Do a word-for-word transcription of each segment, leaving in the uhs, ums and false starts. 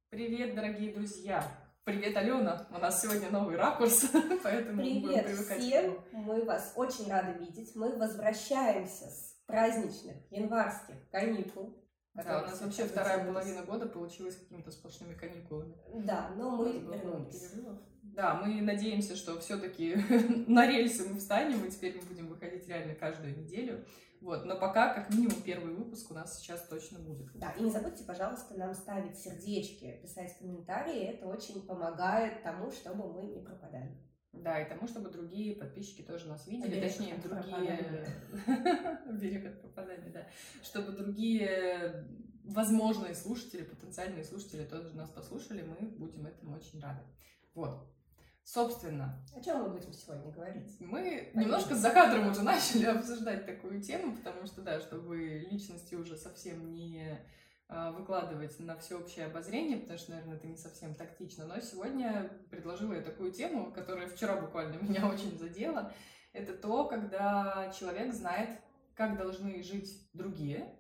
Привет, дорогие друзья! Привет, Алена! У нас сегодня новый ракурс, поэтому Привет будем привыкать. всем! Мы вас очень рады видеть. Мы возвращаемся с праздничных январских каникул. Да, у нас вообще вторая половина года получилась какими-то сплошными каникулами. Да, но мы вернулись. Да, мы надеемся, что все-таки на рельсы мы встанем, и теперь мы будем выходить реально каждую неделю. Вот, но пока, как минимум, первый выпуск у нас сейчас точно будет. Да, и не забудьте, пожалуйста, нам ставить сердечки, писать комментарии. Это очень помогает тому, чтобы мы не пропадали. Да, и тому, чтобы другие подписчики тоже нас видели, Берег точнее, от другие... Берег от пропадания, да. Чтобы другие возможные слушатели, потенциальные слушатели тоже нас послушали, мы будем этому очень рады. Вот. Собственно, о чем мы будем сегодня говорить? Мы Понятно. немножко за кадром уже начали обсуждать такую тему, потому что, да, чтобы личности уже совсем не выкладывать на всеобщее обозрение, потому что, наверное, это не совсем тактично. Но сегодня предложила я такую тему, которая вчера буквально меня очень задела. Это то, когда человек знает, как должны жить другие,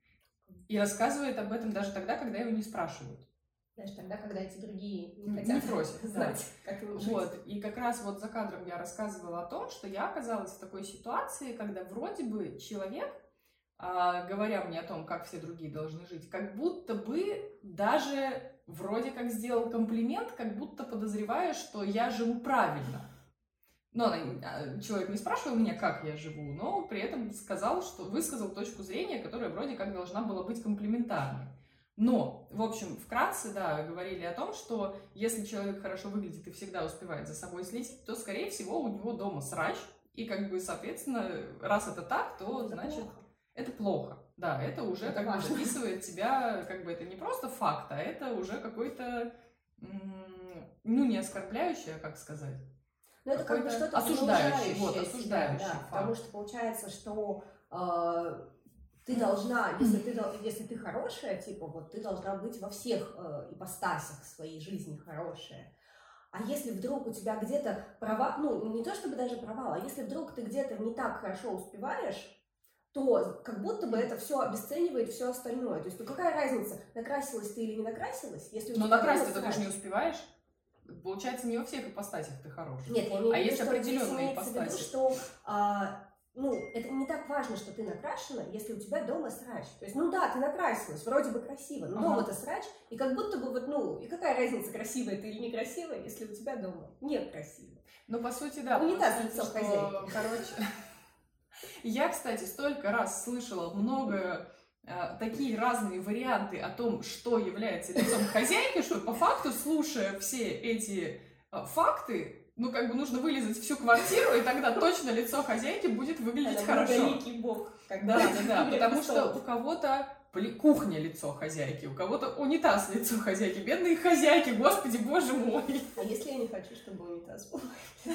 и рассказывает об этом даже тогда, когда его не спрашивают. Даже тогда, когда эти другие не не хотят просят знать, да. как им жить. Вот. И как раз вот за кадром я рассказывала о том, что я оказалась в такой ситуации, когда вроде бы человек, а, говоря мне о том, как все другие должны жить, как будто бы даже вроде как сделал комплимент, как будто подозревая, что я живу правильно. Но человек не спрашивал меня, как я живу, но при этом сказал, что высказал точку зрения, которая вроде как должна была быть комплиментарной. Но, в общем, вкратце, да, говорили о том, что если человек хорошо выглядит и всегда успевает за собой следить, то, скорее всего, у него дома срач, и, как бы, соответственно, раз это так, то, это значит, плохо. это плохо. Да, это уже, это как важно. бы, вписывает тебя, как бы, это не просто факт, а это уже какой-то, ну, не оскорбляющий, а как сказать? Ну, это как бы что-то осуждающий, вот, осуждающий да, факт. Потому что получается, что... Э Ты должна, если ты, если ты хорошая, типа, вот ты должна быть во всех э, ипостасях своей жизни хорошая. А если вдруг у тебя где-то провал, ну, не то чтобы даже провал, а если вдруг ты где-то не так хорошо успеваешь, то как будто бы это все обесценивает все остальное. То есть, ну какая разница, накрасилась ты или не накрасилась, если у Но тебя накраситься ты же не успеваешь. Получается, не во всех ипостасях ты хороший. Нет, я имею в виду, а есть что определенные ипостаси. что... А, ну, это не так важно, что ты накрашена, если у тебя дома срач. То есть, ну да, ты накрасилась, вроде бы красиво, но ага. дома-то срач, и как будто бы вот, ну, и какая разница, красивая ты или некрасивая, если у тебя дома нет красиво. Ну, по сути, да. Унитаз лицо хозяйки. Короче, я, кстати, столько раз слышала много э, такие разные варианты о том, что является лицом хозяйки, что по факту, слушая все эти э, факты, ну, как бы нужно вылезать всю квартиру, и тогда точно лицо хозяйки будет выглядеть это хорошо. Великий бог. Да, да, да, потому что у кого-то кухня лицо хозяйки, у кого-то унитаз лицо хозяйки. Бедные хозяйки, господи, боже мой. А если я не хочу, чтобы унитаз был?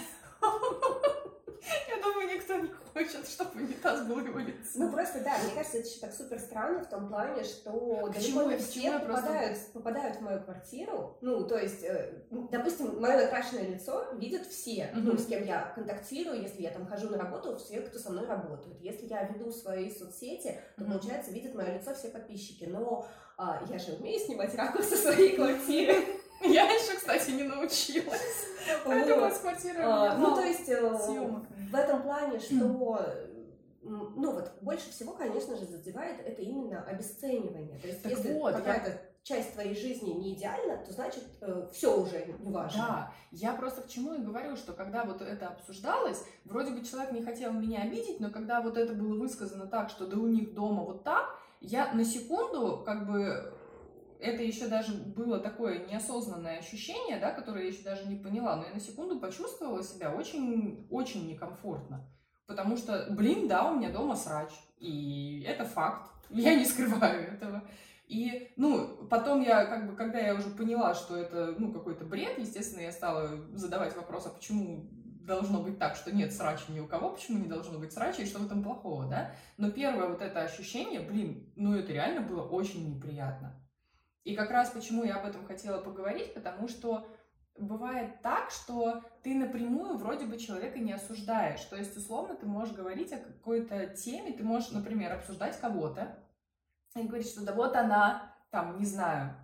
Я думаю, никто не хочет, чтобы унитаз был его лицо. Ну, просто, да, мне кажется, это еще так супер странно в том плане, что далеко не все попадают, просто... попадают в мою квартиру. Ну, то есть, э, допустим, мое накрашенное лицо видят все, mm-hmm. ну, с кем я контактирую, если я там хожу на работу, все, кто со мной работает. Если я веду свои соцсети, то, mm-hmm. получается, видят мое лицо все подписчики. Но э, я же умею снимать ракурсы своей квартиры. Я еще, кстати, не научилась. Поэтому с квартирой а, Ну, то есть, съемок. В этом плане, что, ну, вот, больше всего, конечно же, задевает это именно обесценивание. То есть, так если вот, какая-то я... часть твоей жизни не идеальна, то, значит, все уже не важно. Да, я просто к чему и говорю, что когда вот это обсуждалось, вроде бы человек не хотел меня обидеть, но когда вот это было высказано так, что да у них дома вот так, я на секунду, как бы... Это еще даже было такое неосознанное ощущение, да, которое я еще даже не поняла, но я на секунду почувствовала себя очень, очень некомфортно. Потому что, блин, да, у меня дома срач, и это факт, я не скрываю этого. И, ну, потом я, как бы, когда я уже поняла, что это, ну, какой-то бред, естественно, я стала задавать вопрос, а почему должно быть так, что нет срача ни у кого, почему не должно быть срача, и что в этом плохого, да? Но первое вот это ощущение, блин, ну, это реально было очень неприятно. И как раз почему я об этом хотела поговорить, потому что бывает так, что ты напрямую вроде бы человека не осуждаешь. То есть, условно, ты можешь говорить о какой-то теме, ты можешь, например, обсуждать кого-то и говорить, что да вот она, там, не знаю,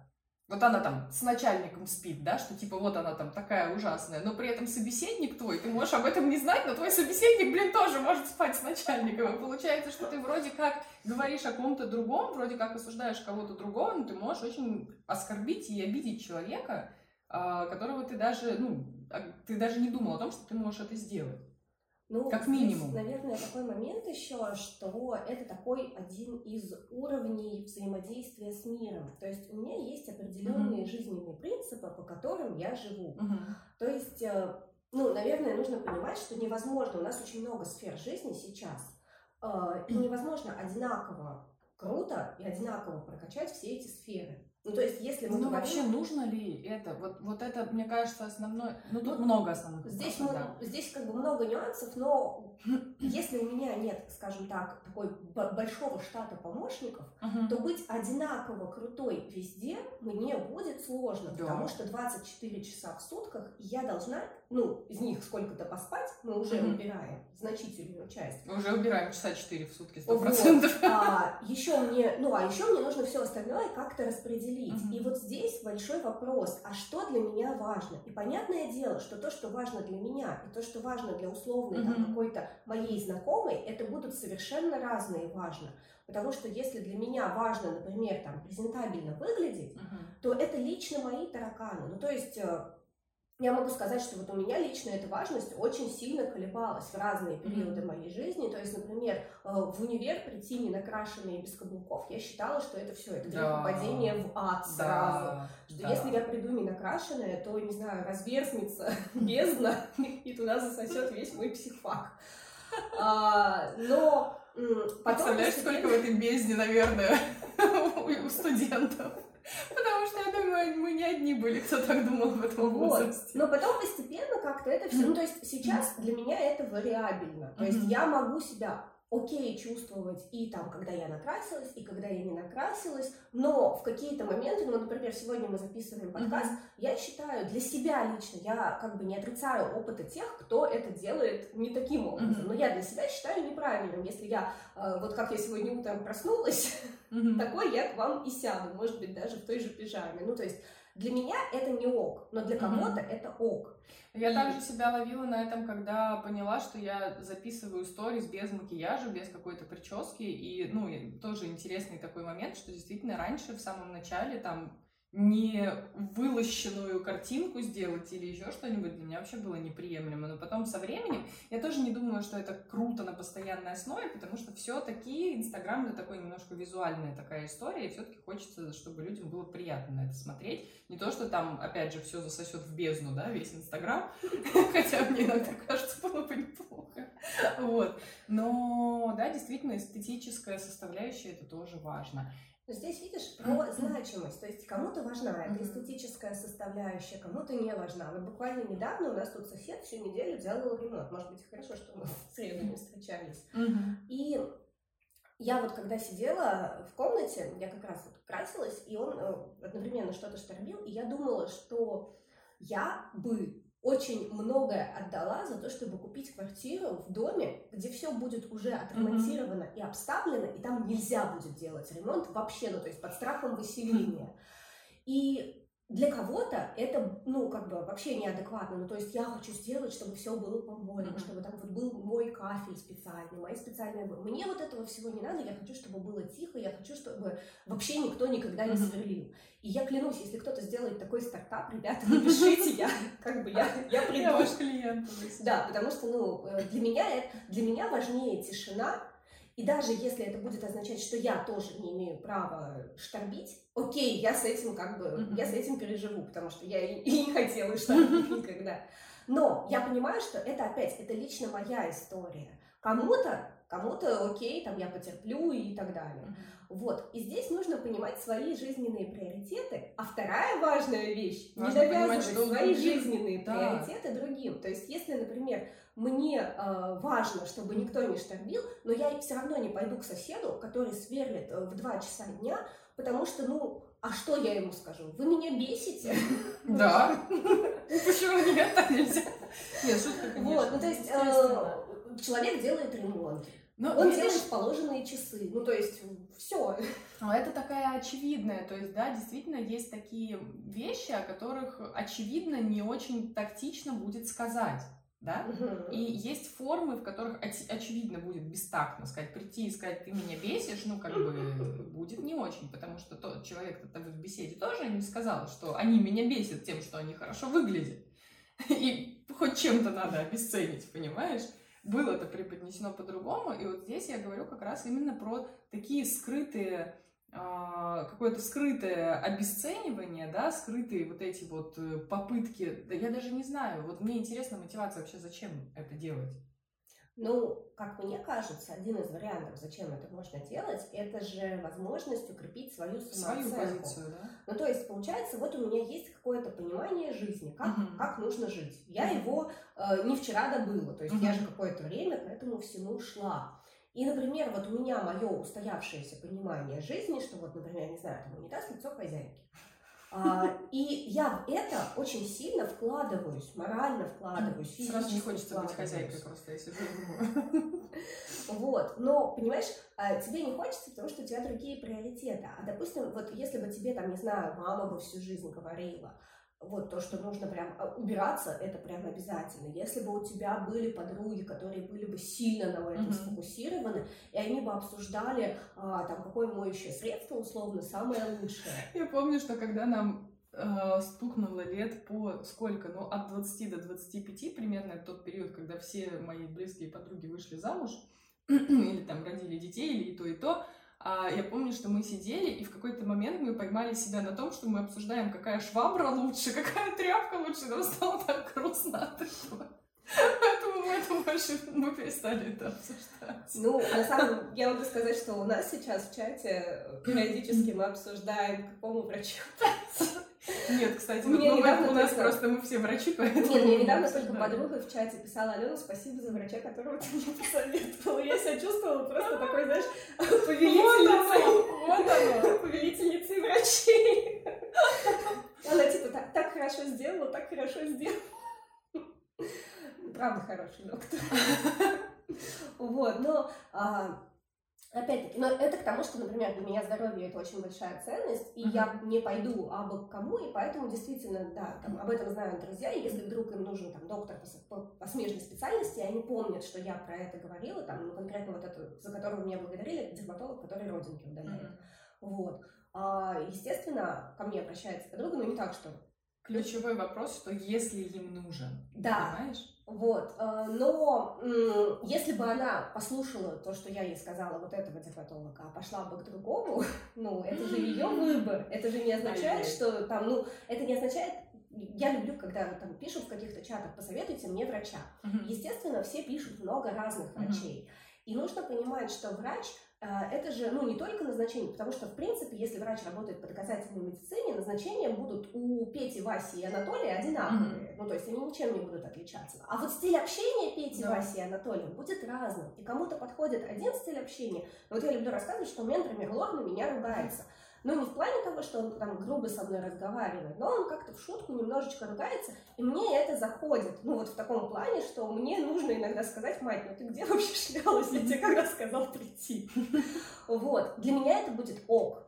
Вот она там с начальником спит, да, что типа вот она там такая ужасная, но при этом собеседник твой, ты можешь об этом не знать, но твой собеседник, блин, тоже может спать с начальником. И получается, что ты вроде как говоришь о ком-то другом, вроде как осуждаешь кого-то другого, но ты можешь очень оскорбить и обидеть человека, которого ты даже, ну, ты даже не думал о том, что ты можешь это сделать. Ну, как здесь, минимум. наверное, такой момент еще, что это такой один из уровней взаимодействия с миром. То есть у меня есть определенные mm-hmm. жизненные принципы, по которым я живу. Mm-hmm. То есть, ну, наверное, нужно понимать, что невозможно, у нас очень много сфер жизни сейчас, и невозможно одинаково круто и одинаково прокачать все эти сферы. Ну, то есть, если мы ну, говорим... вообще, нужно ли это? Вот, вот это, мне кажется, основное... Ну, тут ну, много основных здесь, вопросов, мы, да. здесь как бы много нюансов, но если у меня нет, скажем так, такой большого штата помощников, uh-huh. то быть одинаково крутой везде мне будет сложно, да. потому что двадцать четыре часа в сутках я должна, ну, из них сколько-то поспать, мы уже uh-huh. убираем значительную часть. Мы уже убираем часа четыре в сутки, сто процентов. Вот. А еще мне, ну, а еще мне нужно все остальное как-то распределить. Uh-huh. И вот здесь большой вопрос, а что для меня важно? И понятное дело, что то, что важно для меня, и то, что важно для условной uh-huh. там, какой-то моей знакомой, это будут совершенно разные важно. Потому что если для меня важно, например, там, презентабельно выглядеть, uh-huh. то это лично мои тараканы. Ну, то есть... Я могу сказать, что вот у меня лично эта важность очень сильно колебалась в разные периоды mm-hmm. моей жизни. То есть, например, в универ прийти не накрашенной без каблуков, я считала, что это все, это грехопадение да. в ад сразу. Да. Что да. если я приду не накрашенная, то, не знаю, разверзнется бездна и туда засосет весь мой психфак. Но потом... Представляешь, сколько в этой бездне, наверное, у студентов? Потому что, я думаю, мы не одни были, кто так думал в этом возрасте. Вот. Но потом постепенно как-то это все... Ну, то есть сейчас для меня это вариабельно. То есть я могу себя окей чувствовать и там, когда я накрасилась, и когда я не накрасилась, но в какие-то моменты, ну, например, сегодня мы записываем подкаст, mm-hmm. я считаю, для себя лично, я как бы не отрицаю опыта тех, кто это делает не таким образом, mm-hmm. но я для себя считаю неправильным, если я, э, вот как я сегодня утром проснулась, mm-hmm. такой я к вам и сяду, может быть, даже в той же пижаме, ну, то есть для меня это не ок, но для кого-то mm-hmm. это ок. Я и... также себя ловила на этом, когда поняла, что я записываю сторис без макияжа, без какой-то прически. И, ну, тоже интересный такой момент, что действительно раньше, в самом начале, там, не вылощенную картинку сделать или еще что-нибудь для меня вообще было неприемлемо. Но потом со временем я тоже не думаю, что это круто на постоянной основе, потому что все-таки Инстаграм — это такой немножко визуальная такая история, и все-таки хочется, чтобы людям было приятно на это смотреть. Не то, что там, опять же, все засосет в бездну, да, весь Инстаграм, хотя мне иногда кажется, было бы неплохо. Вот. Но, да, действительно, эстетическая составляющая — это тоже важно. Но здесь, видишь, про значимость, то есть кому-то важна эта эстетическая составляющая, кому-то не важна. Вот буквально недавно у нас тут сосед всю неделю делал ремонт, может быть, хорошо, что мы в среду не встречались. И я вот когда сидела в комнате, я как раз вот красилась, и он одновременно что-то шторбил, и я думала, что я бы очень многое отдала за то, чтобы купить квартиру в доме, где все будет уже отремонтировано mm-hmm. и обставлено, и там нельзя будет делать ремонт вообще, ну, то есть под страхом выселения. Mm-hmm. И для кого-то это, ну, как бы вообще неадекватно. Ну, то есть я хочу сделать, чтобы все было по-моему, mm-hmm. чтобы там вот был мой кафель специальный, мои специальные... Мне вот этого всего не надо, я хочу, чтобы было тихо, я хочу, чтобы вообще никто никогда не mm-hmm. сверлил. И я клянусь, если кто-то сделает такой стартап, ребята, напишите, я как бы, я, я приду. Я ваш клиент. Да, потому что, ну, для меня, для меня важнее тишина. И даже если это будет означать, что я тоже не имею права шторбить, окей, я с этим как бы, mm-hmm. я с этим переживу, потому что я и, и не хотела шторбить никогда. Но я понимаю, что это опять, это лично моя история. Кому-то, кому-то окей, там я потерплю и так далее. Mm-hmm. Вот. И здесь нужно понимать свои жизненные приоритеты. А вторая важная вещь, важно не навязывать понимать, свои другим... жизненные да. приоритеты другим. То есть, если, например, мне э, важно, чтобы никто не шторбил, но я все равно не пойду к соседу, который сверлит э, в два часа дня, потому что, ну, а что я ему скажу? Вы меня бесите? Да. Почему нет? Так нельзя. Нет, шутка, конечно. Вот, ну, то есть человек делает ремонт. Но он видишь... делает положенные часы. Ну, то есть, все. Это такая очевидная. То есть, да, действительно есть такие вещи, о которых, очевидно, не очень тактично будет сказать. Да? Угу. И есть формы, в которых оч- очевидно будет бестактно сказать, прийти и сказать, ты меня бесишь, ну, как бы, будет не очень, потому что тот человек-то в беседе тоже не сказал, что они меня бесят тем, что они хорошо выглядят. И хоть чем-то надо обесценить, понимаешь? Было-то преподнесено по-другому, и вот здесь я говорю как раз именно про такие скрытые, какое-то скрытое обесценивание, да, скрытые вот эти вот попытки, да я даже не знаю, вот мне интересна мотивация вообще, зачем это делать? Ну, как мне кажется, один из вариантов, зачем это можно делать, это же возможность укрепить свою самооценку. Свою позицию, да? Ну, то есть, получается, вот у меня есть какое-то понимание жизни, как, uh-huh. как нужно жить. Я uh-huh. его э, не вчера добыла, то есть uh-huh. я же какое-то время к этому всему шла. И, например, вот у меня мое устоявшееся понимание жизни, что вот, например, не знаю, там унитаз, лицо хозяйки. А, и я в это очень сильно вкладываюсь, морально вкладываюсь, физически Сразу не хочется быть хозяйкой просто, я сижу и думаю. Вот, но, понимаешь, тебе не хочется, потому что у тебя другие приоритеты. А, допустим, вот если бы тебе, там, не знаю, мама бы всю жизнь говорила, вот то, что нужно прям убираться, это прям обязательно. Если бы у тебя были подруги, которые были бы сильно на этом mm-hmm. сфокусированы, и они бы обсуждали, а, там, какое моющее средство, условно, самое лучшее. Я помню, что когда нам э, стукнуло лет по сколько, ну, от двадцати до двадцати пяти, примерно это тот период, когда все мои близкие подруги вышли замуж, или там родили детей, или и то, и то, А я помню, что мы сидели, и в какой-то момент мы поймали себя на том, что мы обсуждаем, какая швабра лучше, какая тряпка лучше. Нам стало так грустно от этого. Поэтому мы это больше мы перестали это обсуждать. Ну, на самом деле, я могу сказать, что у нас сейчас в чате периодически мы обсуждаем, к какому врачу. Нет, кстати, мне вот, недавно у нас только... просто мы все врачи, поэтому... Нет, мне недавно только подруга в чате писала: Алена, спасибо за врача, которого ты мне посоветовала. Я себя чувствовала просто такой, знаешь, повелительницей. Вот оно. Повелительницей врачей. Она типа так, так хорошо сделала, так хорошо сделала. Правда хороший доктор. Вот, но... Опять-таки, но это к тому, что, например, для меня здоровье — это очень большая ценность, и uh-huh. я не пойду абы к кому, и поэтому действительно, да, там, об этом знают друзья, и если вдруг им нужен там доктор по, по, по смежной специальности, и они помнят, что я про это говорила, там, ну, конкретно вот это, за которого меня благодарили, это дерматолог, который родинки удаляет. Uh-huh. Вот. А, естественно, ко мне обращается подруга, но не так, что... Ключевой вопрос, что если им нужен, да. Понимаешь? Вот, но если бы она послушала то, что я ей сказала, вот этого дерматолога, а пошла бы к другому, ну, это же ее выбор, это же не означает, что там, ну, это не означает, я люблю, когда там пишут в каких-то чатах: посоветуйте мне врача. Uh-huh. Естественно, все пишут много разных врачей, uh-huh. и нужно понимать, что врач это же, ну, не только назначение, потому что, в принципе, если врач работает по доказательной медицине, назначения будут у Пети, Васи и Анатолия одинаковые. Mm-hmm. Ну, то есть они ничем не будут отличаться. А вот стиль общения Пети, да. Васи и Анатолия будет разным. И кому-то подходит один стиль общения. Вот я люблю рассказывать, что у меня, например, Лор на меня ругается. Ну, не в плане того, что он там грубо со мной разговаривает, но он как-то в шутку немножечко ругается, и мне это заходит. Ну, вот в таком плане, что мне нужно иногда сказать: мать, ну ты где вообще шлялась? Я тебе когда сказал прийти? Вот. Для меня это будет ок.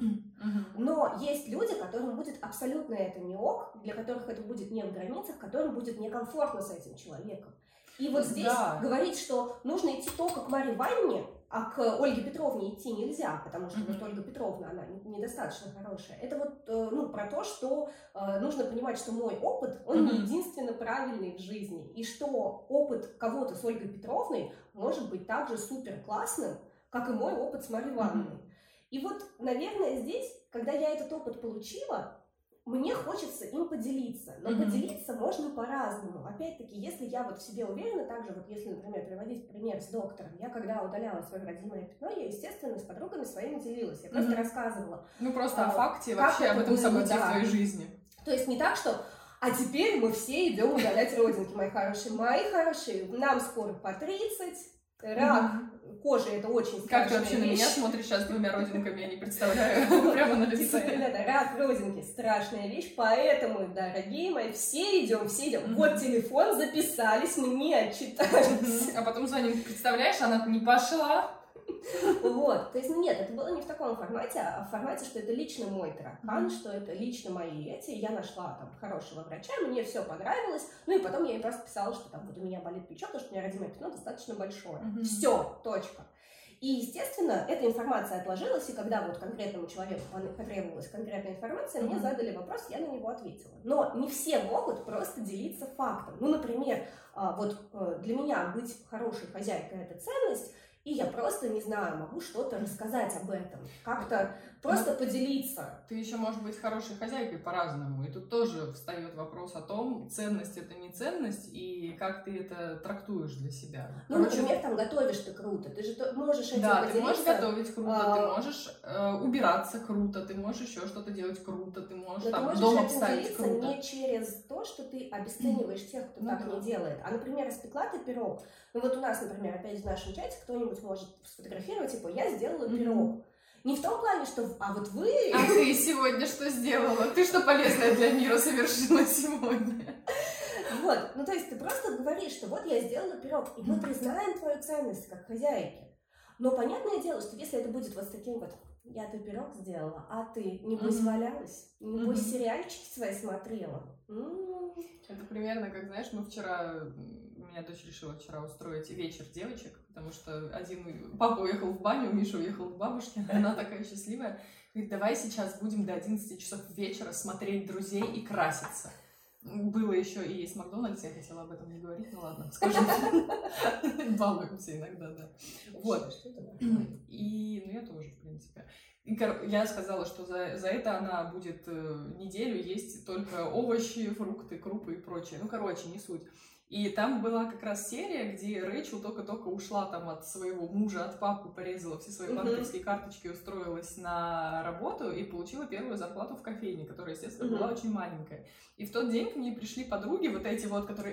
Но есть люди, которым будет абсолютно это не ок, для которых это будет не в границах, которым будет некомфортно с этим человеком. И вот здесь да. говорить, что нужно идти только к Марье Ивановне, а к Ольге Петровне идти нельзя, потому что mm-hmm. вот Ольга Петровна, она недостаточно хорошая. Это вот, ну, про то, что э, нужно понимать, что мой опыт, он mm-hmm. не единственно правильный в жизни, и что опыт кого-то с Ольгой Петровной может быть также супер классным, как и мой опыт с Марьей Ивановной. Mm-hmm. И вот, наверное, здесь, когда я этот опыт получила, мне хочется им поделиться, но mm-hmm. поделиться можно по-разному. Опять-таки, если я вот в себе уверена, также вот если, например, приводить пример с доктором, я когда удаляла свое родимое пятно, я, естественно, с подругами своими делилась, я просто mm-hmm. рассказывала. Ну, просто а, о факте вообще, об этом событии да. в твоей жизни. То есть не так, что а теперь мы все идем удалять родинки, мои хорошие. Мои хорошие, нам скоро по тридцать, рак mm-hmm. кожи — это очень страшная Как ты вообще вещь. На меня смотришь сейчас с двумя родинками, я не представляю, прямо на лице. Рак родинки — страшная вещь, поэтому, дорогие мои, все идем, все идем. Вот телефон, записались, мы не отчитались. А потом звоним: представляешь, она не пошла. Вот, то есть, ну нет, это было не в таком формате, а в формате, что это лично мой таракан, что это лично мои эти, я нашла там хорошего врача, мне все понравилось, ну и потом я ей просто писала, что там вот у меня болит плечо, потому что у меня родимое пятно достаточно большое. Все, точка. И, естественно, эта информация отложилась, и когда вот конкретному человеку потребовалась конкретная информация, mm-hmm. мне задали вопрос, я на него ответила. Но не все могут просто делиться фактом. Ну, например, вот для меня быть хорошей хозяйкой – это ценность, и я просто, не знаю, могу что-то рассказать об этом, как-то просто Но поделиться. Ты еще можешь быть хорошей хозяйкой по-разному, и тут тоже встает вопрос о том, ценность это не ценность, и как ты это трактуешь для себя. Ну, Короче, например, там готовишь ты круто, ты же можешь этим да, поделиться. Да, ты можешь готовить круто, а... ты можешь э, убираться круто, ты можешь еще что-то делать круто, ты можешь Но там ты можешь дом этим обставить делиться круто. Не через то, что ты обесцениваешь тех, кто ну, так да. не делает, а, например, испекла ты пирог. Ну вот у нас, например, опять в нашем чате кто-нибудь может сфотографировать, типа, я сделала mm-hmm. пирог. Не в том плане, что, а вот вы... А ты сегодня что сделала? Ты что полезное для мира совершила сегодня? Вот, ну то есть ты просто говоришь, что вот я сделала пирог, и мы признаем твою ценность как хозяйки. Но понятное дело, что если это будет вот с таким вот, я-то пирог сделала, а ты, небось, mm-hmm. валялась, небось, mm-hmm. сериальчики свои смотрела. Mm-hmm. Это примерно, как, знаешь, мы вчера... У меня дочь решила вчера устроить вечер девочек, потому что один папа уехал в баню, Миша уехал в бабушке, она такая счастливая. Говорит, давай сейчас будем до одиннадцати часов вечера смотреть «Друзей» и краситься. Было еще и есть Макдональдс, я хотела об этом не говорить, ну ладно, скажем. Балуемся иногда, да. Вот. И, ну я тоже, в принципе. И я сказала, что за, за это она будет неделю есть только овощи, фрукты, крупы и прочее. Ну, короче, не суть. И там была как раз серия, где Рэйчел только-только ушла там от своего мужа, от папы, порезала все свои банковские карточки, устроилась на работу и получила первую зарплату в кофейне, которая, естественно, была очень маленькая. И в тот день к ней пришли подруги, вот эти вот, которые...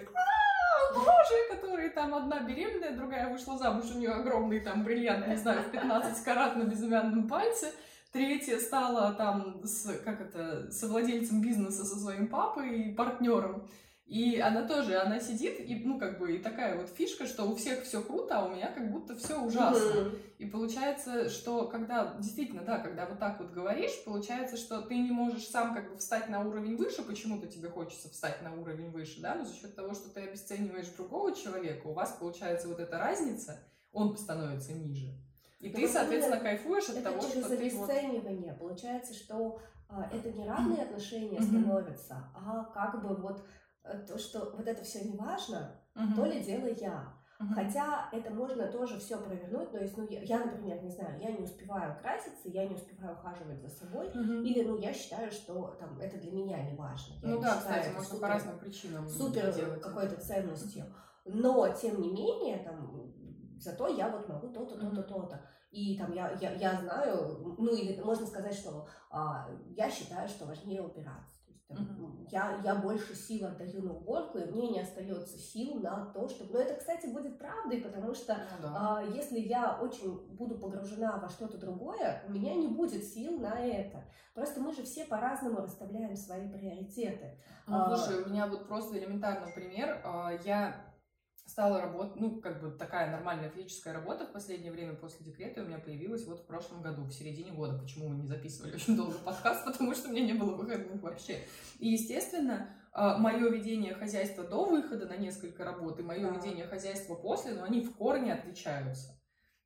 Боже, которые там одна беременная, другая вышла замуж, у нее огромный там бриллиант, не знаю, в пятнадцать карат на безымянном пальце. Третья стала там, с, как это, совладельцем бизнеса со своим папой и партнером. И она тоже, она сидит, и, ну, как бы, и такая вот фишка, что у всех все круто, а у меня как будто все ужасно. Mm-hmm. И получается, что когда, действительно, да, когда вот так вот говоришь, получается, что ты не можешь сам как бы встать на уровень выше, почему-то тебе хочется встать на уровень выше, да, но за счет того, что ты обесцениваешь другого человека, у вас получается вот эта разница, он становится ниже. И но ты, соответственно, кайфуешь от того, что ты вот... обесценивание. Получается, что а, это не равные отношения mm-hmm. становятся, а как бы вот то, что вот это все не важно, uh-huh. то ли дело я. Uh-huh. Хотя это можно тоже все провернуть, то есть, ну, я, я, например, не знаю, я не успеваю краситься, я не успеваю ухаживать за собой, uh-huh. или, ну, я считаю, что там это для меня не важно. Я ну не да, кстати, можно супер, по разным причинам супер делать какой-то ценностью. Но, тем не менее, там, зато я вот могу то-то, то-то, uh-huh. то-то. И там я, я, я знаю, ну, или можно сказать, что а, я считаю, что важнее убираться. Uh-huh. Я, я больше сил отдаю на уборку, и мне не остается сил на то, чтобы... Но это, кстати, будет правдой, потому что uh-huh. а, если я очень буду погружена во что-то другое, у меня не будет сил на это. Просто мы же все по-разному расставляем свои приоритеты. Ну, а, слушай, у меня вот просто элементарный пример. Я стала работать, ну, как бы такая нормальная физическая работа в последнее время после декрета у меня появилась вот в прошлом году, в середине года. Почему мы не записывали очень долго подкаст? Потому что у меня не было выходных вообще. И, естественно, мое ведение хозяйства до выхода на несколько работ и мое ведение хозяйства после, но они в корне отличаются.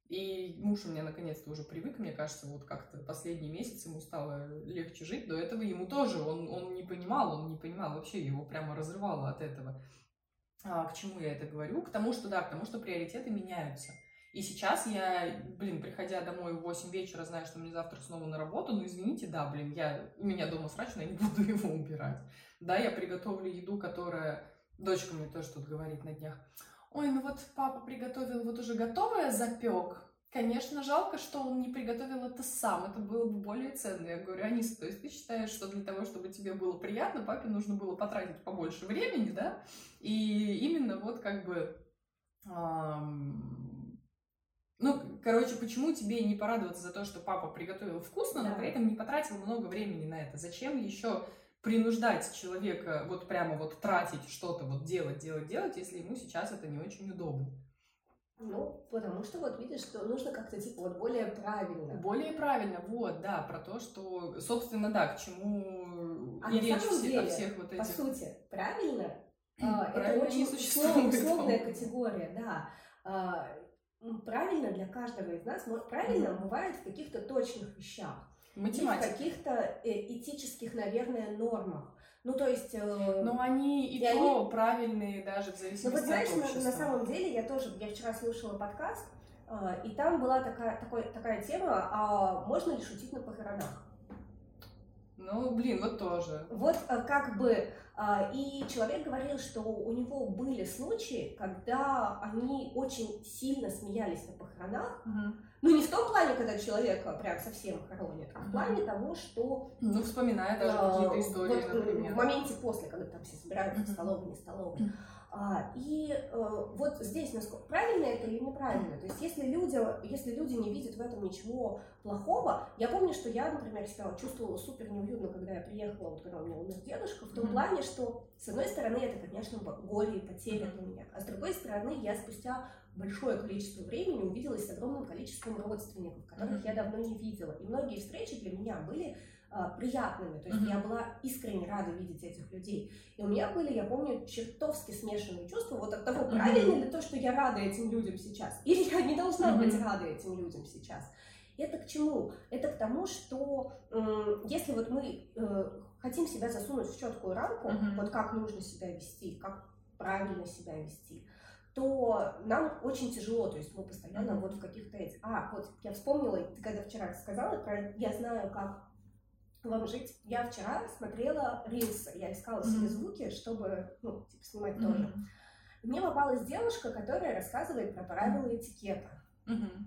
И муж у меня наконец-то уже привык, мне кажется, вот как-то последний месяц ему стало легче жить. До этого ему тоже, он, он не понимал, он не понимал вообще, его прямо разрывало от этого. А, к чему я это говорю? К тому, что да, к тому, что приоритеты меняются. И сейчас я, блин, приходя домой в восемь вечера, знаю, что мне завтра снова на работу, ну извините, да, блин, я, у меня дома срач, но я не буду его убирать. Да, я приготовлю еду, которая... Дочка мне тоже тут говорит на днях. Ой, ну вот папа приготовил вот уже готовое, запек. Конечно, жалко, что он не приготовил это сам, это было бы более ценно. Я говорю, Аниса, то есть ты считаешь, что для того, чтобы тебе было приятно, папе нужно было потратить побольше времени, да? И именно вот как бы... Эм... Ну, короче, почему тебе не порадоваться за то, что папа приготовил вкусно, но да. при этом не потратил много времени на это? Зачем еще принуждать человека вот прямо вот тратить что-то, вот делать, делать, делать, если ему сейчас это не очень удобно? Ну, потому что вот видишь, что нужно как-то типа вот более правильно. Более правильно, вот, да, про то, что, собственно, да, к чему а и речь все, деле, о всех вот этих... По сути, правильно, правильно это очень условная категория, да. А, правильно для каждого из нас, правильно mm-hmm. бывает в каких-то точных вещах. Математика. И в каких-то этических, наверное, нормах. Ну, то есть... Э, Но они и, и то они... правильные даже в зависимости ну, вот, знаешь, от общества. На, на самом деле, я тоже, я вчера слушала подкаст, э, и там была такая, такой, такая тема, а можно ли шутить на похоронах? Ну, блин, вот тоже. Вот э, как бы, э, и человек говорил, что у него были случаи, когда они очень сильно смеялись на похоронах, угу. Ну, не в том плане, когда человека прям совсем хоронят, а в плане того, что... Ну, вспоминая даже а, какие-то истории, вот, например. В моменте после, когда там все собираются в столовой, не столовой. А, и а, вот здесь, насколько правильно это или неправильно? То есть, если люди, если люди не видят в этом ничего плохого... Я помню, что я, например, себя чувствовала супер неуютно, когда я приехала, вот когда у меня умер дедушка, в том mm-hmm. плане, что, с одной стороны, это, конечно, горе и потеря mm-hmm. для меня, а с другой стороны, я спустя... большое количество времени увиделась с огромным количеством родственников, которых mm-hmm. я давно не видела. И многие встречи для меня были а, приятными. То есть mm-hmm. я была искренне рада видеть этих людей. И у меня были, я помню, чертовски смешанные чувства вот от того, mm-hmm. правильно ли то, что я рада этим людям сейчас, или я не должна mm-hmm. быть рада этим людям сейчас. Это к чему? Это к тому, что м- если вот мы э, хотим себя засунуть в четкую рамку, mm-hmm. вот как нужно себя вести, как правильно себя вести, то нам очень тяжело, то есть мы постоянно mm-hmm. вот в каких-то этих... А, вот я вспомнила, ты когда вчера сказала про «я знаю, как вам жить», я вчера смотрела рилсы, я искала mm-hmm. себе звуки, чтобы, ну, типа, снимать mm-hmm. тоже. И мне попалась девушка, которая рассказывает про правила этикета. Mm-hmm.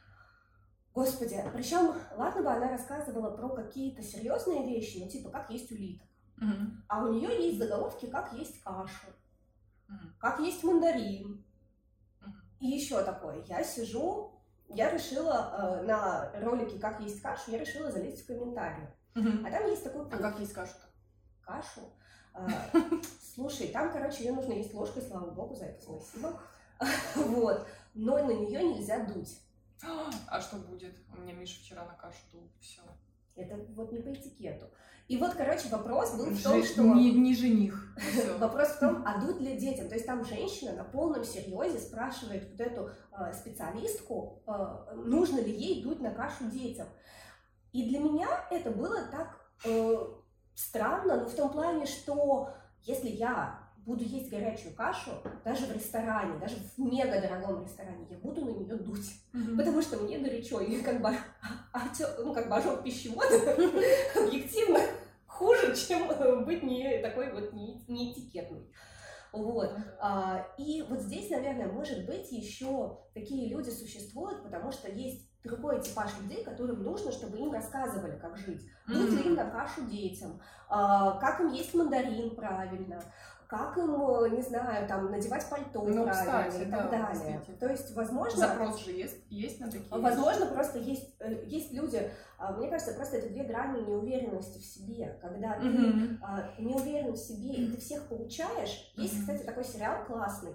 Господи, причем, ладно бы она рассказывала про какие-то серьезные вещи, ну, типа, как есть улиток, mm-hmm. а у нее есть заголовки, как есть кашу. Mm-hmm. Как есть мандарин. Mm-hmm. И еще такое. Я сижу, я решила э, на ролике «Как есть кашу», я решила залезть в комментарии. Mm-hmm. А там есть такой пункт. А как есть кашу-то? Кашу? Э, слушай, там, короче, ее нужно есть ложкой, слава богу, за это спасибо. Вот. Но на нее нельзя дуть. А что будет? У меня Миша вчера на кашу дул. Все. Это вот не по этикету. И вот, короче, вопрос был в том, Ж... что... Не, не жених. Вопрос в том, а дут ли детям? То есть там женщина на полном серьезе спрашивает вот эту э, специалистку, э, нужно ли ей дуть на кашу детям. И для меня это было так э, странно, но в том плане, что если я буду есть горячую кашу, даже в ресторане, даже в мега дорогом ресторане, я буду на нее дуть, mm-hmm. потому что мне горячо, и как бы, ну, как бы ожог пищевода объективно хуже, чем быть не такой вот не, не этикетной. Вот. А, и вот здесь, наверное, может быть, еще такие люди существуют, потому что есть другой типаж людей, которым нужно, чтобы им рассказывали, как жить. Дуть ли им на кашу детям, а, как им есть мандарин правильно, как им, не знаю, там, надевать пальто ну, правильно кстати, и так да, далее. То есть, возможно... Запрос же есть, есть на такие Возможно, вещи. Просто есть, есть люди, мне кажется, просто это две грани неуверенности в себе. Когда mm-hmm. ты не уверен в себе и ты всех получаешь. Есть, mm-hmm. кстати, такой сериал классный,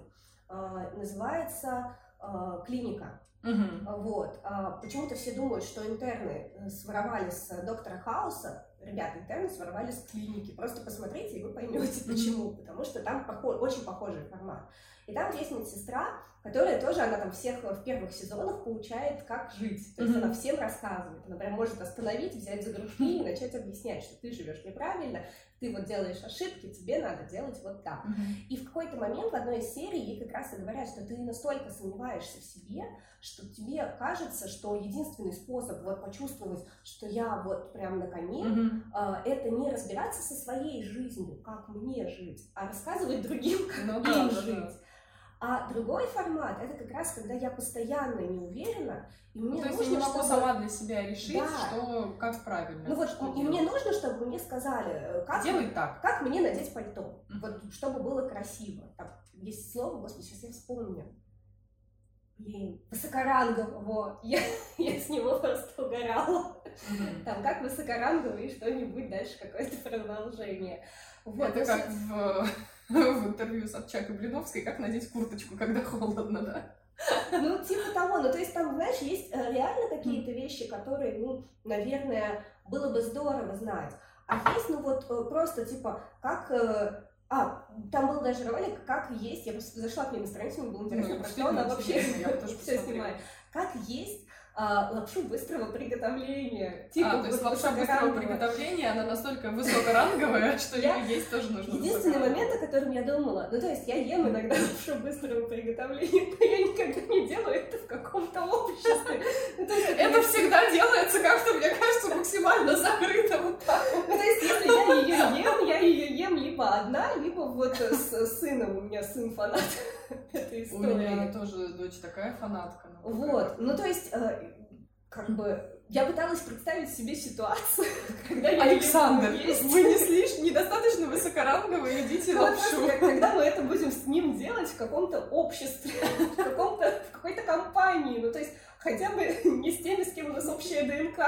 называется «Клиника». Mm-hmm. Вот. Почему-то все думают, что интерны своровали с доктора Хауса. Ребята, интерны своровали с клиники. Просто посмотрите, и вы поймете, почему. Mm-hmm. Потому что там похож, очень похожий формат. И там есть медсестра, которая тоже, она там всех в первых сезонах получает, как жить. То есть mm-hmm. она всем рассказывает. Она прям может остановить, взять за грудки и начать объяснять, что ты живешь неправильно, ты вот делаешь ошибки, тебе надо делать вот так. Mm-hmm. И в какой-то момент в одной из серий ей как раз и говорят, что ты настолько сомневаешься в себе, что тебе кажется, что единственный способ вот почувствовать, что я вот прям на коне, mm-hmm. э, это не разбираться со своей жизнью, как мне жить, а рассказывать другим, как ну, им да, жить. Да, да. А другой формат, это как раз, когда я постоянно не уверена, и мне ну, то нужно, есть я не могу чтобы... сама для себя решить, да. что, как правильно. Ну вот, что и делать. мне нужно, чтобы мне сказали, как, делай так. как мне надеть пальто, Mm-hmm. вот, чтобы было красиво. Там есть слово, господи, сейчас я вспомню. Блин, высокорангово, я, я с него просто угорала. Mm-hmm. Там, как высокорангово и что-нибудь дальше, какое-то продолжение. Вот, это как в, в интервью с Собчак и Блиновской, как надеть курточку, когда холодно, да? Ну, типа того, ну, то есть там, знаешь, есть реально какие-то вещи, которые, ну, наверное, было бы здорово знать. А есть, ну, вот просто, типа, как... А, там был даже ролик, как есть, я просто зашла к ней на страницу, мне было интересно, ну, про что она вообще все снимает. Как есть а, лапшу быстрого приготовления. Типа, а, то есть лапша быстрого приготовления, она настолько высокоранговая, что ее есть тоже нужно. Единственный момент, о котором я думала, ну то есть я ем иногда лапшу быстрого приготовления, но я никогда не делаю это в каком-то обществе. Это всегда делается как-то, мне кажется, максимально закрыто вот так. Ну то есть если я ее ем, я ее ем либо одна, либо вот с сыном, у меня сын фанат этой истории. У меня тоже дочь такая фанатка. Вот, ну то есть, э, как бы, я пыталась представить себе ситуацию, когда я... Александр, вы не слишком, недостаточно высокоранговые, идите лапшу. Когда мы это будем с ним делать в каком-то обществе, в каком-то, в какой-то компании, ну то есть, хотя бы не с теми, с кем у нас общая ДНК.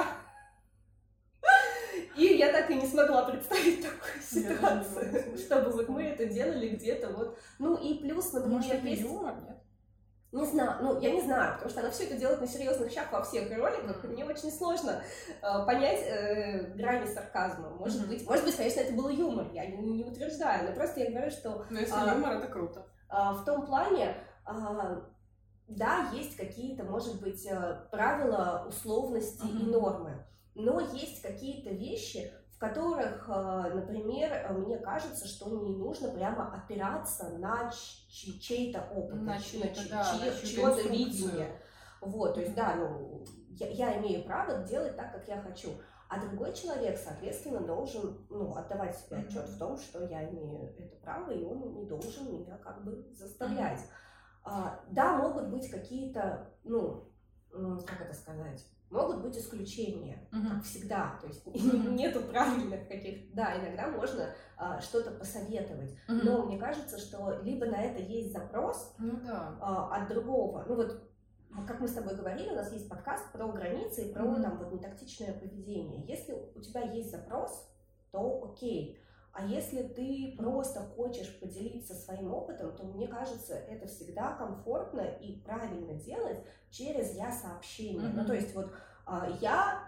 И я так и не смогла представить такую ситуацию, чтобы вот мы это делали где-то вот, ну и плюс, например, может, это юмор, нет? Не знаю, ну, я не знаю, потому что она все это делает на серьезных щах во всех роликах, и мне очень сложно э, понять э, грани сарказма. Может mm-hmm. быть, может быть, конечно, это был юмор, я не, не утверждаю, но просто я говорю, что... Но если а, юмор, это круто. А, в том плане, а, да, есть какие-то, может быть, правила, условности mm-hmm. и нормы, но есть какие-то вещи, в которых, например, мне кажется, что не нужно прямо опираться на чей-то опыт, на, чьи-то, на, да, чьи, на чье-то видение. Вот, то есть, да, ну, я, я имею право делать так, как я хочу, а другой человек, соответственно, должен, ну, отдавать себе mm-hmm. отчет в том, что я имею это право, и он не должен меня как бы заставлять. Mm-hmm. А, да, могут быть какие-то, ну, как это сказать, могут быть исключения, uh-huh. как всегда, то есть uh-huh. нету правильных каких-то, да, иногда можно а, что-то посоветовать, uh-huh. но мне кажется, что либо на это есть запрос ну, да. а, от другого, ну вот, как мы с тобой говорили, у нас есть подкаст про границы и про uh-huh. там вот нетактичное поведение, если у тебя есть запрос, то окей. А если ты просто хочешь поделиться своим опытом, то, мне кажется, это всегда комфортно и правильно делать через я-сообщение. Mm-hmm. Ну, то есть вот я,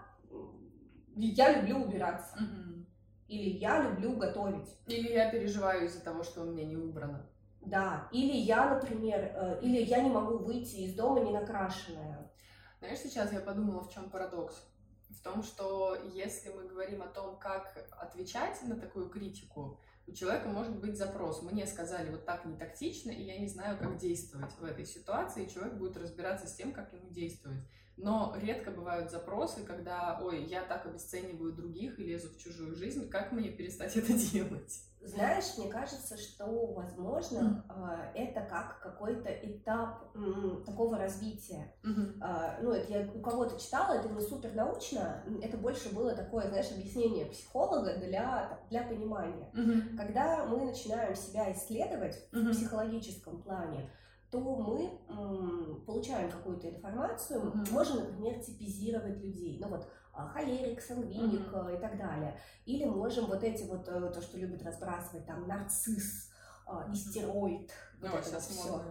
я люблю убираться. Mm-hmm. Или я люблю готовить. Или я переживаю из-за того, что у меня не убрано. Да. Или я, например, или я не могу выйти из дома не накрашенная. Знаешь, сейчас я подумала, в чем парадокс. В том, что если мы говорим о том, как отвечать на такую критику, у человека может быть запрос. Мне сказали вот так не тактично, и я не знаю, как действовать в этой ситуации, и человек будет разбираться с тем, как ему действовать. Но редко бывают запросы, когда, ой, я так обесцениваю других и лезу в чужую жизнь, как мне перестать это делать? Знаешь, мне кажется, что, возможно, mm. это как какой-то этап м, такого развития. Mm-hmm. А, ну, это я у кого-то читала, это не супер научно, это больше было такое, знаешь, объяснение психолога для, для понимания. Mm-hmm. Когда мы начинаем себя исследовать mm-hmm. в психологическом плане, то мы м, получаем какую-то информацию, mm-hmm. можем, например, типизировать людей. Ну вот, холерик, сангвиник mm-hmm. и так далее. Или можем вот эти вот, то, что любят разбрасывать, там, нарцисс, mm-hmm. истероид, ну, вот это все.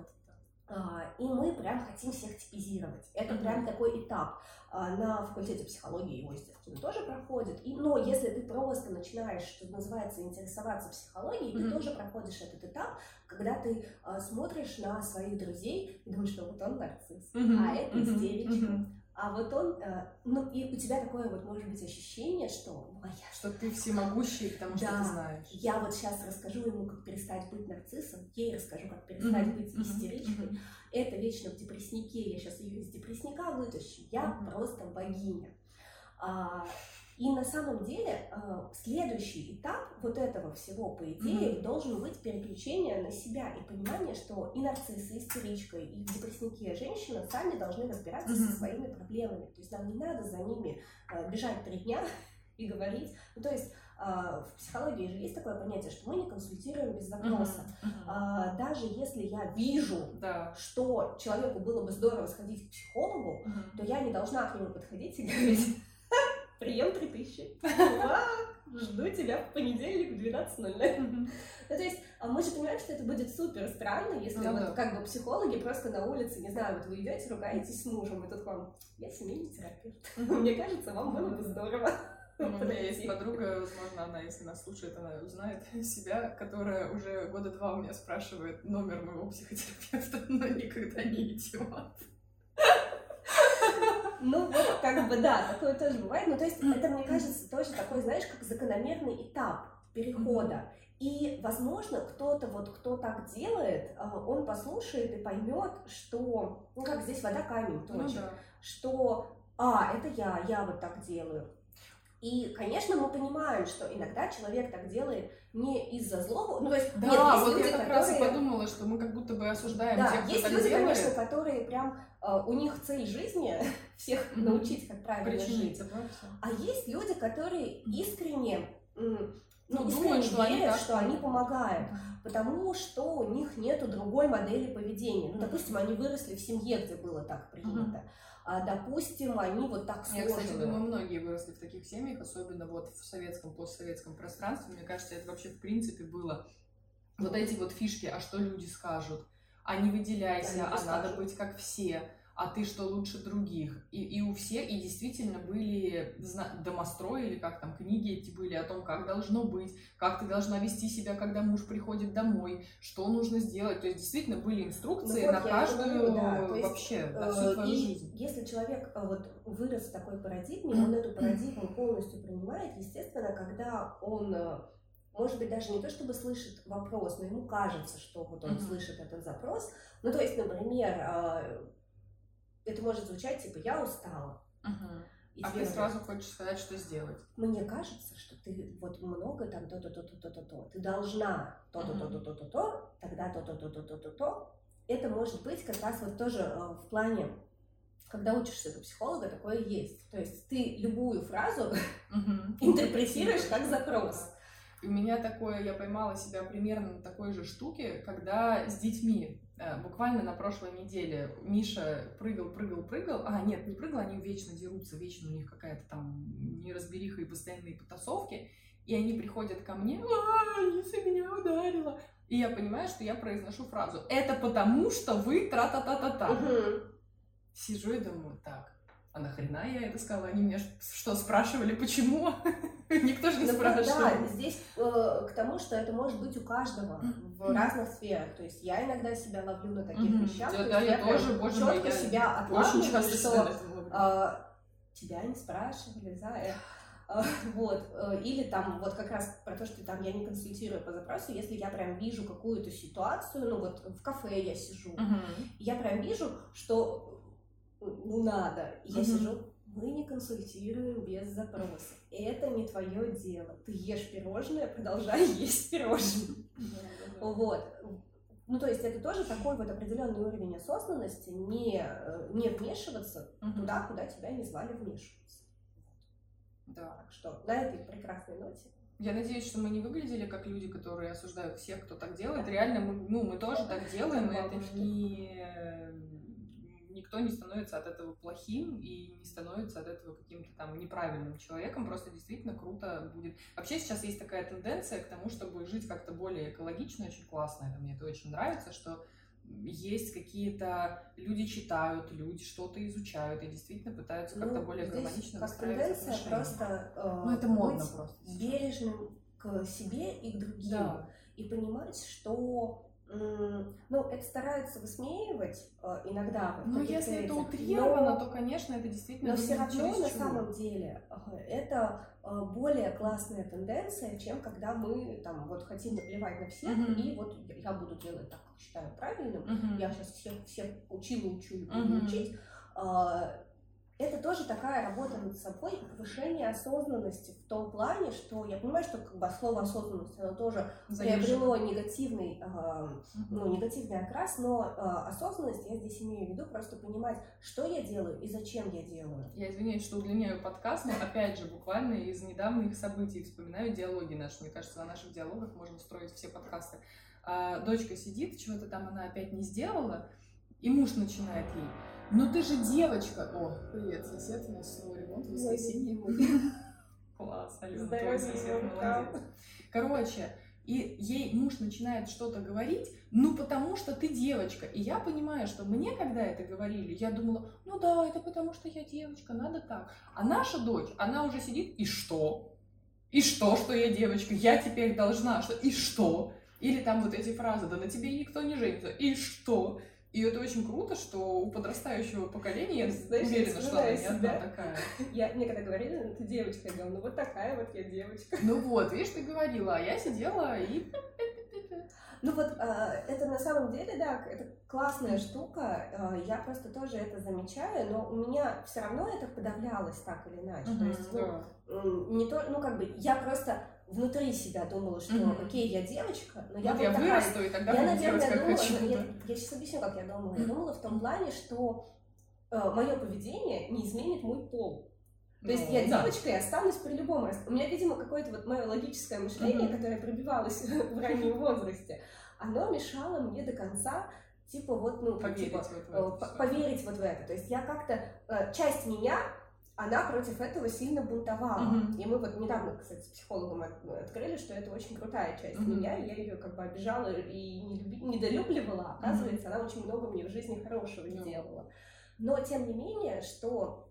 И мы прям хотим всех типизировать. Это mm-hmm. прям такой этап. На факультете психологии его, естественно, тоже проходит. И, но если ты просто начинаешь, что называется, интересоваться психологией, mm-hmm. ты тоже проходишь этот этап, когда ты а, смотришь на своих друзей и думаешь, что вот он нарцисс, mm-hmm. а это истеричка. Mm-hmm. А вот он, э, ну и у тебя такое вот может быть ощущение, что... Ну, а я... Что ты всемогущий, потому да, что ты знаешь. Я вот сейчас расскажу ему, как перестать быть нарциссом, ей расскажу, как перестать mm-hmm. быть истеричкой. Mm-hmm. Это вечно в депресснике, я сейчас ее из депрессника вытащу, я mm-hmm. просто богиня. А, и на самом деле следующий этап вот этого всего, по идее, mm-hmm. должен быть переключение на себя и понимание, что и нарцисс, и истеричка, и в депресснике женщина сами должны разбираться mm-hmm. со своими проблемами. То есть нам не надо за ними бежать три дня и говорить. Ну, то есть в психологии же есть такое понятие, что мы не консультируем без запроса. Mm-hmm. Mm-hmm. Даже если я вижу, да. что человеку было бы здорово сходить к психологу, mm-hmm. то я не должна к нему подходить и говорить: прием три тысячи. Жду тебя в понедельник в двенадцать ноль ноль. Mm-hmm. Ну, то есть мы же понимаем, что это будет супер странно, если ну, вот да. как бы психологи просто на улице, не знаю, вот вы идете, ругаетесь с мужем, и тут вам, я семейный терапевт. Мне кажется, вам было бы здорово. У меня есть подруга, возможно, она, если нас слушает, она узнает себя, которая уже года два у меня спрашивает номер моего психотерапевта, но никогда не идет. Ну, вот, как бы, да, такое тоже бывает. Ну, то есть, это, мне кажется, тоже такой, знаешь, как закономерный этап перехода. И, возможно, кто-то, вот, кто так делает, он послушает и поймет, что, ну, как здесь вода камень точит, ну, да. что, а, это я, я вот так делаю. И, конечно, мы понимаем, что иногда человек так делает не из-за злого, ну, то есть, да, нет, есть вот люди, я как которые... раз и подумала, что мы как будто бы осуждаем да, тех, кто есть так люди, делает. конечно, которые прям, uh, у них цель жизни всех mm-hmm. научить, как правильно жить. А есть люди, которые искренне, ну, ну, искренне думают, что верят, они, что они помогают, mm-hmm. потому что у них нету другой модели поведения. Ну, допустим, они выросли в семье, где было так принято. Mm-hmm. А, допустим, они вот так сложены. Я, кстати, думаю, многие выросли в таких семьях, особенно вот в советском, постсоветском пространстве. Мне кажется, это вообще в принципе было. Вот эти вот фишки, а что люди скажут, а не выделяйся, а надо быть как все, а ты что лучше других. И, и у всех, и действительно были домострои, или как там, книги эти были о том, как должно быть, как ты должна вести себя, когда муж приходит домой, что нужно сделать. То есть действительно были инструкции ну, вот, на каждую да, вообще, есть, на всю твою и жизнь. Если человек вот вырос в такой парадигме, он эту парадигму полностью принимает, естественно, когда он... может быть, даже не то, чтобы слышит вопрос, но ему кажется, что вот он mm-hmm. слышит этот запрос. Ну, то есть, например, это может звучать типа «я устала». Uh-huh. И а ты сразу хочешь сказать, что сделать? Мне кажется, что ты вот много там то-то-то-то-то-то, ты должна то-то-то-то-то-то, тогда то-то-то-то-то-то. Это может быть как раз вот тоже в плане, когда учишься у психолога, такое есть. То есть ты любую фразу uh-huh. интерпретируешь как запрос. У меня такое, я поймала себя примерно на такой же штуке, когда с детьми, буквально на прошлой неделе, Миша прыгал, прыгал, прыгал, а нет, не прыгал, они вечно дерутся, вечно у них какая-то там неразбериха и постоянные потасовки, и они приходят ко мне, а, Лиса меня ударила, и я понимаю, что я произношу фразу, это потому, что вы тра-та-та-та-та. Угу. Сижу и думаю, так, а нахрена я это сказала? Они меня что, спрашивали, почему? Никто же не спрашивал. Да, здесь э, к тому, что это может быть у каждого в mm-hmm. разных сферах. То есть я иногда себя ловлю на таких mm-hmm. вещах. Да, да, я, я тоже, боже мой, четко себя отлавливаю, что э, тебя не спрашивали, да, э, э, вот. Э, или там вот как раз про то, что там я не консультирую по запросу, если я прям вижу какую-то ситуацию, ну вот в кафе я сижу, mm-hmm. и я прям вижу, что ну надо, и я mm-hmm. сижу. Мы не консультируем без запроса. Это не твое дело. Ты ешь пирожное, продолжай есть пирожное. Вот. Ну, то есть это тоже такой вот определенный уровень осознанности, не, не вмешиваться туда, куда тебя не звали вмешиваться. Да. Так что на этой прекрасной ноте. Я надеюсь, что мы не выглядели как люди, которые осуждают всех, кто так делает. Реально, мы, ну, мы тоже так делаем, и это не... Никто не становится от этого плохим и не становится от этого каким-то там неправильным человеком, просто действительно круто будет. Вообще сейчас есть такая тенденция к тому, чтобы жить как-то более экологично, очень классно, это мне это очень нравится, что есть какие-то люди читают, люди что-то изучают и действительно пытаются как-то ну, более гармонично выстраивать отношения. Просто, э, ну, это модно просто. Бережным к себе и к другим. Да. И понимать, что ну, это стараются высмеивать э, иногда. Ну, если это утрировано, но, то, конечно, это действительно... Но все равно, на самом деле, э, это э, более классная тенденция, чем когда мы там вот хотим наплевать на всех, uh-huh. и вот я буду делать так, как считаю правильным, uh-huh. я сейчас всех, всех учила, учу и буду uh-huh. учить. Э, это тоже такая работа над собой, повышение осознанности в том плане, что я понимаю, что как бы слово осознанность, оно тоже приобрело негативный, э, ну, негативный окрас, но э, осознанность я здесь имею в виду просто понимать, что я делаю и зачем я делаю. Я извиняюсь, что удлиняю подкаст, но опять же буквально из недавних событий вспоминаю диалоги наши. Мне кажется, на наших диалогах можно строить все подкасты. А, дочка сидит, чего-то там она опять не сделала, и муж начинает ей: ну ты же девочка! О, привет, сосед, у нас снова ремонт в воскресенье. Класс, Алена, твой сосед, молодец. Короче, и ей муж начинает что-то говорить, ну потому что ты девочка. И я понимаю, что мне, когда это говорили, я думала, ну да, это потому что я девочка, надо так. А наша дочь, она уже сидит, и что? И что, что я девочка? Я теперь должна, что? И что? Или там вот эти фразы, да на тебе никто не женится, и что? И это очень круто, что у подрастающего поколения, я Знаешь, уверена, что она не себя. одна такая. Я, мне когда говорили, ну ты девочка, я говорила, ну вот такая вот я девочка. Ну вот, видишь, ты говорила, а я сидела и... Ну вот, э, это на самом деле, да, это классная штука, э, я просто тоже это замечаю, но у меня все равно это подавлялось так или иначе, Mm-hmm, то есть, ну, да. не то, ну как бы, я просто внутри себя думала, что, Mm-hmm. окей, я девочка, но я вот вот я такая. вырасту, и тогда я, буду наверное, делать, как думала, хочу. Я, я сейчас объясню, как я думала. Я думала в том плане, что э, мое поведение не изменит мой пол. То есть ну, я да. девочка и останусь при любом разе. У меня, видимо, какое-то вот мое логическое мышление, mm-hmm. которое пробивалось в раннем возрасте, оно мешало мне до конца, типа, вот, ну, поверить, типа, вот в это, поверить вот в это. То есть я как-то, э, часть меня, она против этого сильно бунтовала. Mm-hmm. И мы вот недавно, кстати, с психологом от, открыли, что это очень крутая часть mm-hmm. меня, я ее как бы обижала и не люби, недолюбливала, оказывается, mm-hmm. она очень много мне в жизни хорошего mm-hmm. сделала. Но, тем не менее, что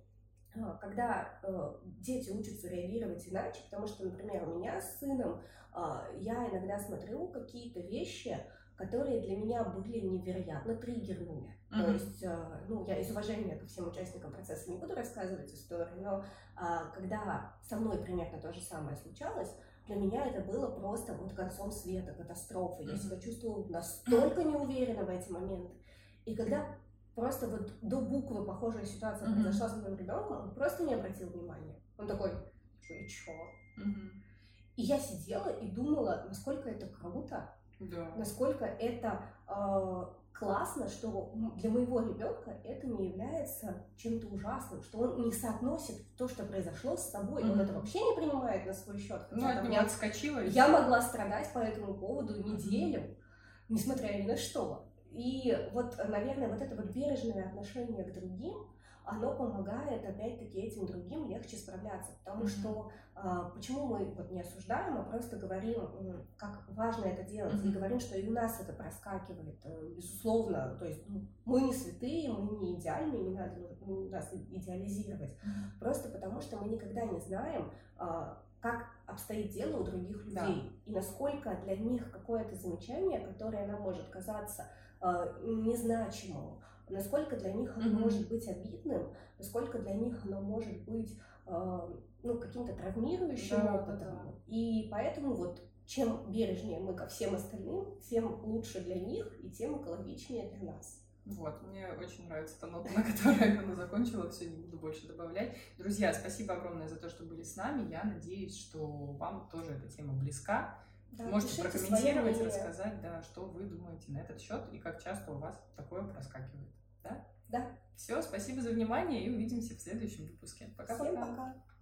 когда э, дети учатся реагировать иначе, потому что, например, у меня с сыном э, я иногда смотрю какие-то вещи, которые для меня были невероятно триггерными. Mm-hmm. То есть, э, ну, я из уважения ко всем участникам процесса не буду рассказывать историю, но э, когда со мной примерно то же самое случалось, для меня это было просто вот концом света, катастрофой. Mm-hmm. Я себя чувствовала настолько неуверенно в эти моменты. И когда просто вот до буквы похожая ситуация mm-hmm. произошла с моим ребенком, он просто не обратил внимания. Он такой, и чё? Mm-hmm. И я сидела и думала, насколько это круто, да. насколько это э, классно, что для моего ребенка это не является чем-то ужасным, что он не соотносит то, что произошло с собой, mm-hmm. он это вообще не принимает на свой счет. Ну, от меня отскочила. Я могла страдать по этому поводу неделю, mm-hmm. несмотря ни на что. И вот, наверное, вот это вот бережное отношение к другим, оно помогает, опять-таки, этим другим легче справляться. Потому mm-hmm. что, а, почему мы вот не осуждаем, а просто говорим, как важно это делать, mm-hmm. и говорим, что и у нас это проскакивает, безусловно. То есть ну, мы не святые, мы не идеальные, не надо нас идеализировать. Mm-hmm. Просто потому что мы никогда не знаем, а, как обстоит дело у других людей. Да. И насколько для них какое-то замечание, которое нам может казаться незначимым, насколько для них оно mm-hmm. может быть обидным, насколько для них оно может быть э, ну, каким-то травмирующим да, опытом. Да, да. И поэтому вот чем бережнее мы ко всем остальным, тем лучше для них и тем экологичнее для нас. Вот, мне очень нравится та нота, на которой она закончила, все, не буду больше добавлять. Друзья, спасибо огромное за то, что были с нами. Я надеюсь, что вам тоже эта тема близка. Да, можете прокомментировать, рассказать, да, что вы думаете на этот счет и как часто у вас такое проскакивает. Да? Да. Все, спасибо за внимание и увидимся в следующем выпуске. Пока-пока. Всем пока.